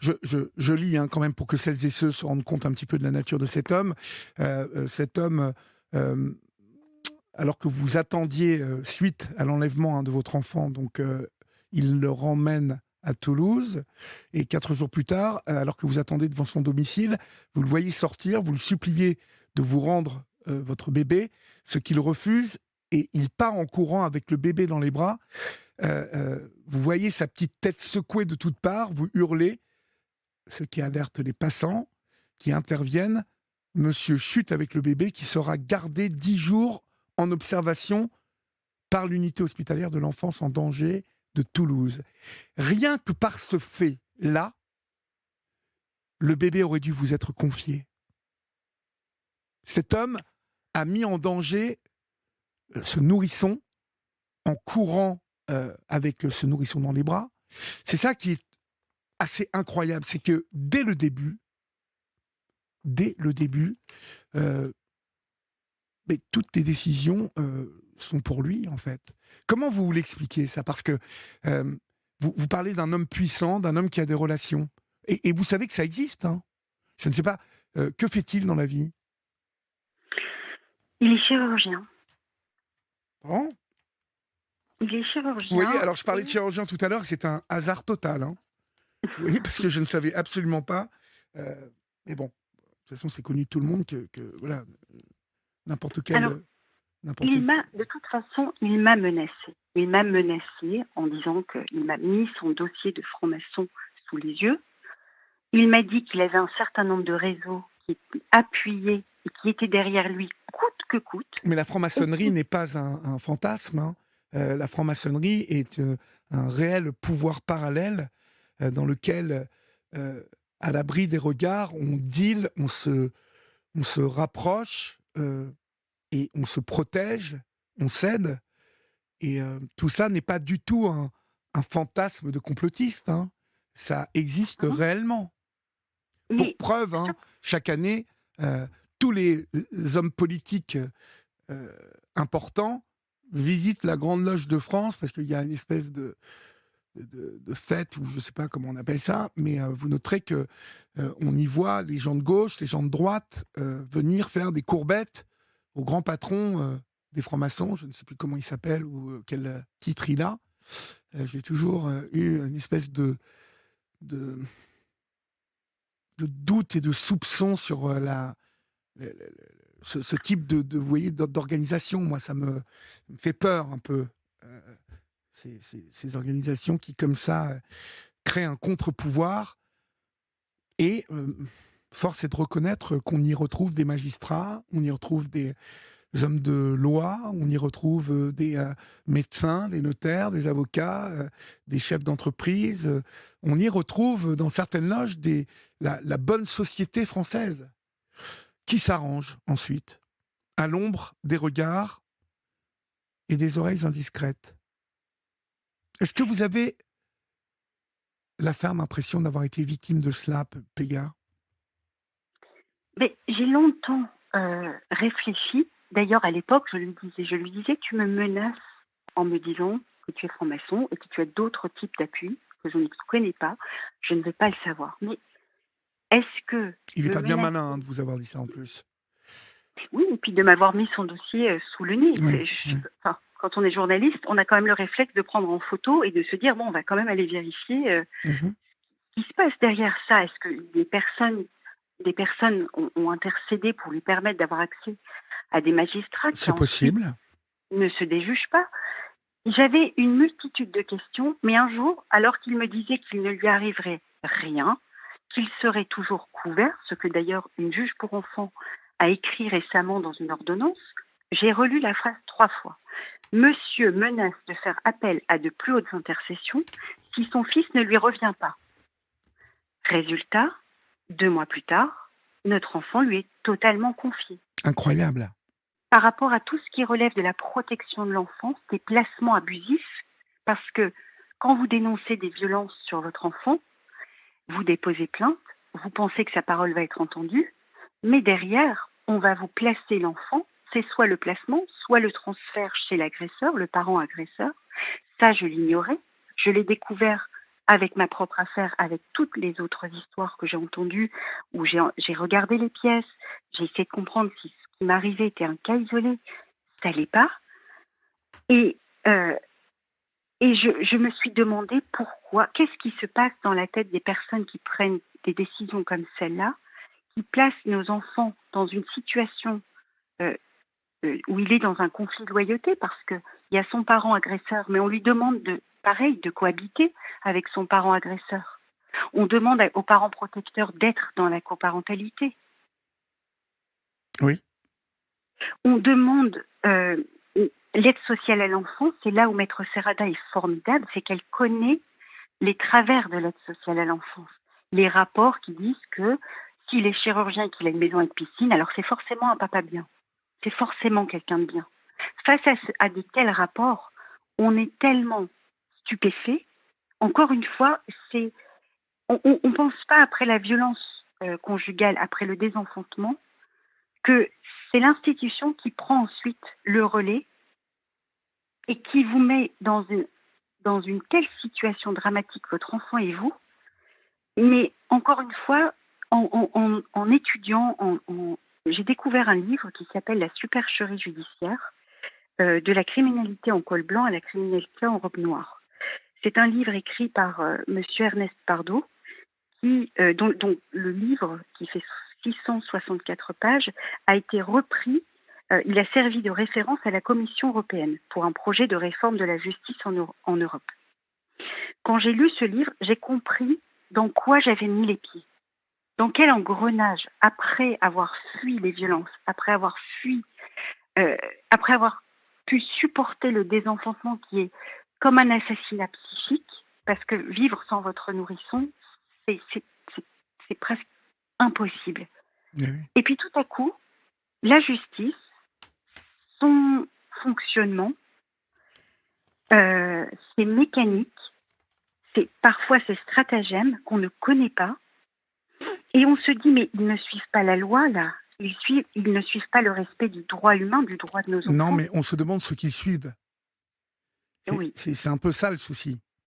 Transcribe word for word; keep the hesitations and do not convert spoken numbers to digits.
je, je, je lis hein, quand même pour que celles et ceux se rendent compte un petit peu de la nature de cet homme. Euh, euh, cet homme, euh, alors que vous attendiez, euh, suite à l'enlèvement hein, de votre enfant, donc euh, il le ramène à Toulouse, et quatre jours plus tard, euh, alors que vous attendez devant son domicile, vous le voyez sortir, vous le suppliez de vous rendre euh, votre bébé, ce qu'il refuse, et il part en courant avec le bébé dans les bras. Euh, euh, vous voyez sa petite tête secouée de toutes parts, vous hurlez, ce qui alerte les passants qui interviennent. Monsieur chute avec le bébé qui sera gardé dix jours en observation par l'unité hospitalière de l'enfance en danger de Toulouse. Rien que par ce fait-là, le bébé aurait dû vous être confié. Cet homme a mis en danger euh, ce nourrisson en courant euh, avec ce nourrisson dans les bras. C'est ça qui est assez incroyable, c'est que dès le début, dès le début, euh, mais toutes les décisions euh, sont pour lui, en fait. Comment vous l'expliquez, ça? Parce que euh, vous, vous parlez d'un homme puissant, d'un homme qui a des relations. Et, et vous savez que ça existe. Hein. Je ne sais pas, euh, que fait-il dans la vie? Il est chirurgien. Bon. Il est Vous voyez, chirurgien alors je parlais de et chirurgien tout à l'heure, c'est un hasard total. Hein. Vous voyez, parce que je ne savais absolument pas. Euh, mais bon, de toute façon, c'est connu de tout le monde que, que voilà, n'importe alors, quel... N'importe... il m'a, de toute façon, il m'a menacé. Il m'a menacé en disant qu'il m'a mis son dossier de franc-maçon sous les yeux. Il m'a dit qu'il avait un certain nombre de réseaux qui appuyaient et qui étaient derrière lui coûte que coûte. Mais la Et franc-maçonnerie qui, n'est pas un, un fantasme. Hein. Euh, la franc-maçonnerie est euh, un réel pouvoir parallèle euh, dans lequel, euh, à l'abri des regards, on deal, on se, on se rapproche euh, et on se protège, on s'aide. Et euh, tout ça n'est pas du tout un, un fantasme de complotiste. Hein. Ça existe Mhm. réellement. Pour mais, preuve, hein, chaque année, euh, tous les hommes politiques euh, importants visitent la Grande Loge de France parce qu'il y a une espèce de, de, de fête, ou je ne sais pas comment on appelle ça, mais euh, vous noterez que euh, on y voit les gens de gauche, les gens de droite euh, venir faire des courbettes au grand patron euh, des francs-maçons, je ne sais plus comment il s'appelle ou euh, quel euh, titre il a. Euh, J'ai toujours euh, eu une espèce de, de, de doute et de soupçon sur euh, la, le- le- le- ce, ce type de, de vous voyez, d'or- d'organisation. Moi, ça me, me fait peur un peu. Euh, ces, ces- ces organisations qui, comme ça, euh, créent un contre-pouvoir. Et euh, force est de reconnaître qu'on y retrouve des magistrats, on y retrouve des hommes de loi, on y retrouve euh, des euh, médecins, des notaires, des avocats, euh, des chefs d'entreprise. Euh, on y retrouve dans certaines loges des, la, la bonne société française qui s'arrange ensuite à l'ombre des regards et des oreilles indiscrètes. Est-ce que vous avez la ferme impression d'avoir été victime de cela, P- Péga? mais j'ai longtemps euh, réfléchi. D'ailleurs, à l'époque, je lui disais, je lui disais, tu me menaces en me disant que tu es franc-maçon et que tu as d'autres types d'appuis que je ne connais pas. Je ne veux pas le savoir. Mais est-ce que Il n'est me pas bien menacer, malin hein, de vous avoir dit ça en plus. oui, et puis de m'avoir mis son dossier euh, sous le nez. Oui, C'est- je- oui. enfin, quand on est journaliste, on a quand même le réflexe de prendre en photo et de se dire, bon, on va quand même aller vérifier euh, Mhm. ce qui se passe derrière ça. Est-ce que des personnes, des personnes ont, ont intercédé pour lui permettre d'avoir accès à des magistrats qui C'est ensuite possible. ne se déjugent pas? J'avais une multitude de questions, mais un jour, alors qu'il me disait qu'il ne lui arriverait rien, qu'il serait toujours couvert, ce que d'ailleurs une juge pour enfants a écrit récemment dans une ordonnance, j'ai relu la phrase trois fois. Monsieur menace de faire appel à de plus hautes intercessions si son fils ne lui revient pas. Résultat, deux mois plus tard, notre enfant lui est totalement confié. Incroyable. Par rapport à tout ce qui relève de la protection de l'enfance, des placements abusifs, parce que quand vous dénoncez des violences sur votre enfant, vous déposez plainte, vous pensez que sa parole va être entendue, mais derrière, on va vous placer l'enfant, c'est soit le placement, soit le transfert chez l'agresseur, le parent agresseur. Ça, je l'ignorais, je l'ai découvert avec ma propre affaire, avec toutes les autres histoires que j'ai entendues, où j'ai, j'ai regardé les pièces, j'ai essayé de comprendre si ce qui m'arrivait était un cas isolé, ça l'est pas. Et, euh, et je, je me suis demandé pourquoi, qu'est-ce qui se passe dans la tête des personnes qui prennent des décisions comme celle-là, qui placent nos enfants dans une situation euh, euh, où il est dans un conflit de loyauté, parce qu'il y a son parent agresseur, mais on lui demande de, pareil, de cohabiter avec son parent agresseur. On demande aux parents protecteurs d'être dans la coparentalité. Oui. On demande euh, l'aide sociale à l'enfant, c'est là où Maître Serrada est formidable, c'est qu'elle connaît les travers de l'aide sociale à l'enfance. Les rapports qui disent que s'il est chirurgien et qu'il a une maison avec piscine, alors c'est forcément un papa bien. C'est forcément quelqu'un de bien. Face à, ce, à de tels rapports, on est tellement stupéfait. Encore une fois, c'est, on ne pense pas après la violence euh, conjugale, après le désenfantement, que c'est l'institution qui prend ensuite le relais et qui vous met dans une, dans une telle situation dramatique, votre enfant et vous. Mais encore une fois, en, en, en étudiant, en, en, j'ai découvert un livre qui s'appelle La supercherie judiciaire, euh, de la criminalité en col blanc à la criminalité en robe noire. C'est un livre écrit par euh, Monsieur Ernest Pardo, qui, euh, dont, dont le livre, qui fait six cent soixante-quatre pages, a été repris. Euh, il a servi de référence à la Commission européenne pour un projet de réforme de la justice en, Euro- en Europe. Quand j'ai lu ce livre, j'ai compris dans quoi j'avais mis les pieds. Dans quel engrenage, après avoir fui les violences, après avoir fui, euh, après avoir pu supporter le désenfantement qui est comme un assassinat psychique, parce que vivre sans votre nourrisson, c'est, c'est, c'est, c'est presque impossible. Oui. Et puis tout à coup, la justice, son fonctionnement, euh, ses mécaniques, c'est parfois ces stratagèmes qu'on ne connaît pas, et on se dit mais ils ne suivent pas la loi là, ils suivent, ils ne suivent pas le respect du droit humain, du droit de nos enfants. Non, mais on se demande ce qu'ils suivent. C'est, Oui. c'est, c'est un peu ça le souci.